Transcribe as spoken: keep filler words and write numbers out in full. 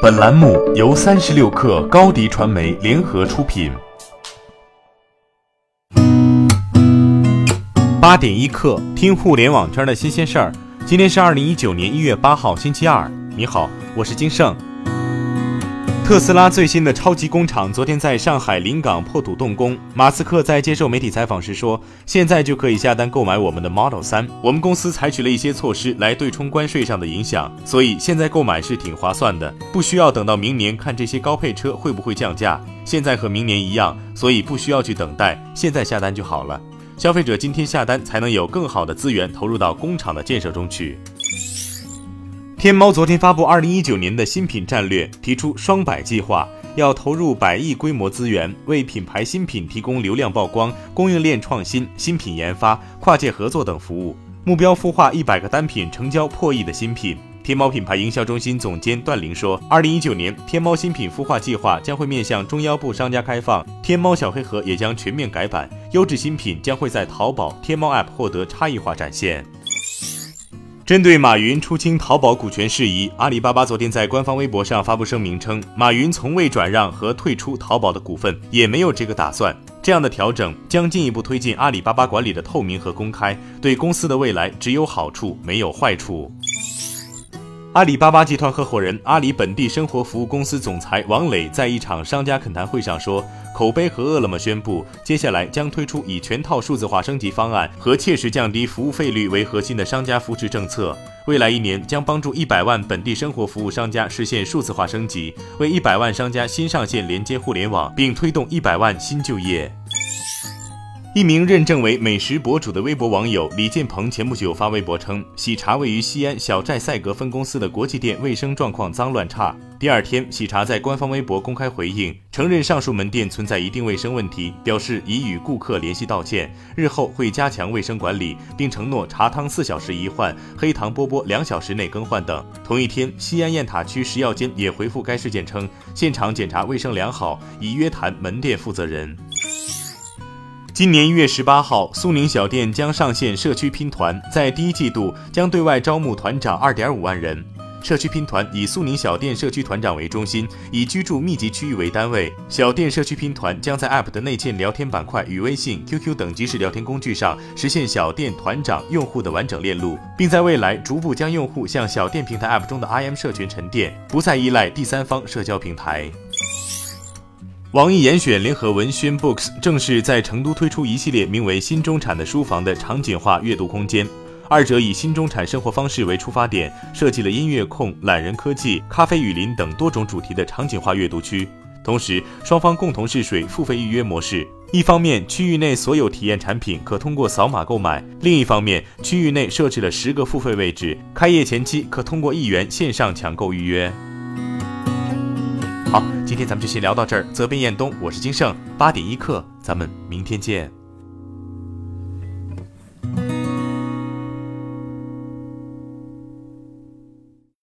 本栏目由三十六氪高迪传媒联合出品。八点一刻，听互联网圈的新鲜事儿。今天是二零一九年一月八号，星期二。你好，我是金盛。特斯拉最新的超级工厂昨天在上海临港破土动工。马斯克在接受媒体采访时说，现在就可以下单购买我们的 Model 三。我们公司采取了一些措施来对冲关税上的影响，所以现在购买是挺划算的，不需要等到明年看这些高配车会不会降价。现在和明年一样，所以不需要去等待，现在下单就好了。消费者今天下单才能有更好的资源投入到工厂的建设中去。天猫昨天发布二零一九年的新品战略，提出双百计划，要投入百亿规模资源，为品牌新品提供流量曝光、供应链创新、新品研发、跨界合作等服务，目标孵化一百个单品成交破亿的新品。天猫品牌营销中心总监段玲说，二零一九年天猫新品孵化计划将会面向中腰部商家开放，天猫小黑盒也将全面改版，优质新品将会在淘宝、天猫 App 获得差异化展现。针对马云出清淘宝股权事宜，阿里巴巴昨天在官方微博上发布声明称，马云从未转让和退出淘宝的股份，也没有这个打算。这样的调整将进一步推进阿里巴巴管理的透明和公开，对公司的未来只有好处，没有坏处。阿里巴巴集团合伙人、阿里本地生活服务公司总裁王磊在一场商家恳谈会上说，口碑和饿了么宣布，接下来将推出以全套数字化升级方案和切实降低服务费率为核心的商家扶持政策。未来一年将帮助一百万本地生活服务商家实现数字化升级，为一百万商家新上线连接互联网，并推动一百万新就业。一名认证为美食博主的微博网友李建鹏前不久发微博称，喜茶位于西安小寨赛格分公司的国际店卫生状况脏乱差。第二天，喜茶在官方微博公开回应，承认上述门店存在一定卫生问题，表示已与顾客联系道歉，日后会加强卫生管理，并承诺茶汤四小时一换，黑糖波波两小时内更换等。同一天，西安雁塔区食药监也回复该事件称，现场检查卫生良好，已约谈门店负责人。今年一月十八号，苏宁小店将上线社区拼团，在第一季度将对外招募团长 二点五万人。社区拼团以苏宁小店社区团长为中心，以居住密集区域为单位。小店社区拼团将在 App 的内建聊天板块与微信、Q Q 等即时聊天工具上实现小店团长用户的完整链路，并在未来逐步将用户向小店平台 App 中的 I M 社群沉淀，不再依赖第三方社交平台。网易严选联合文轩 Books 正式在成都推出一系列名为新中产的书房的场景化阅读空间，二者以新中产生活方式为出发点，设计了音乐控、懒人科技、咖啡雨林等多种主题的场景化阅读区。同时，双方共同试水付费预约模式，一方面区域内所有体验产品可通过扫码购买，另一方面区域内设置了十个付费位置，开业前期可通过一元线上抢购预约。好，今天咱们就先聊到这儿。责编彦东，我是金盛，八点一刻，咱们明天见。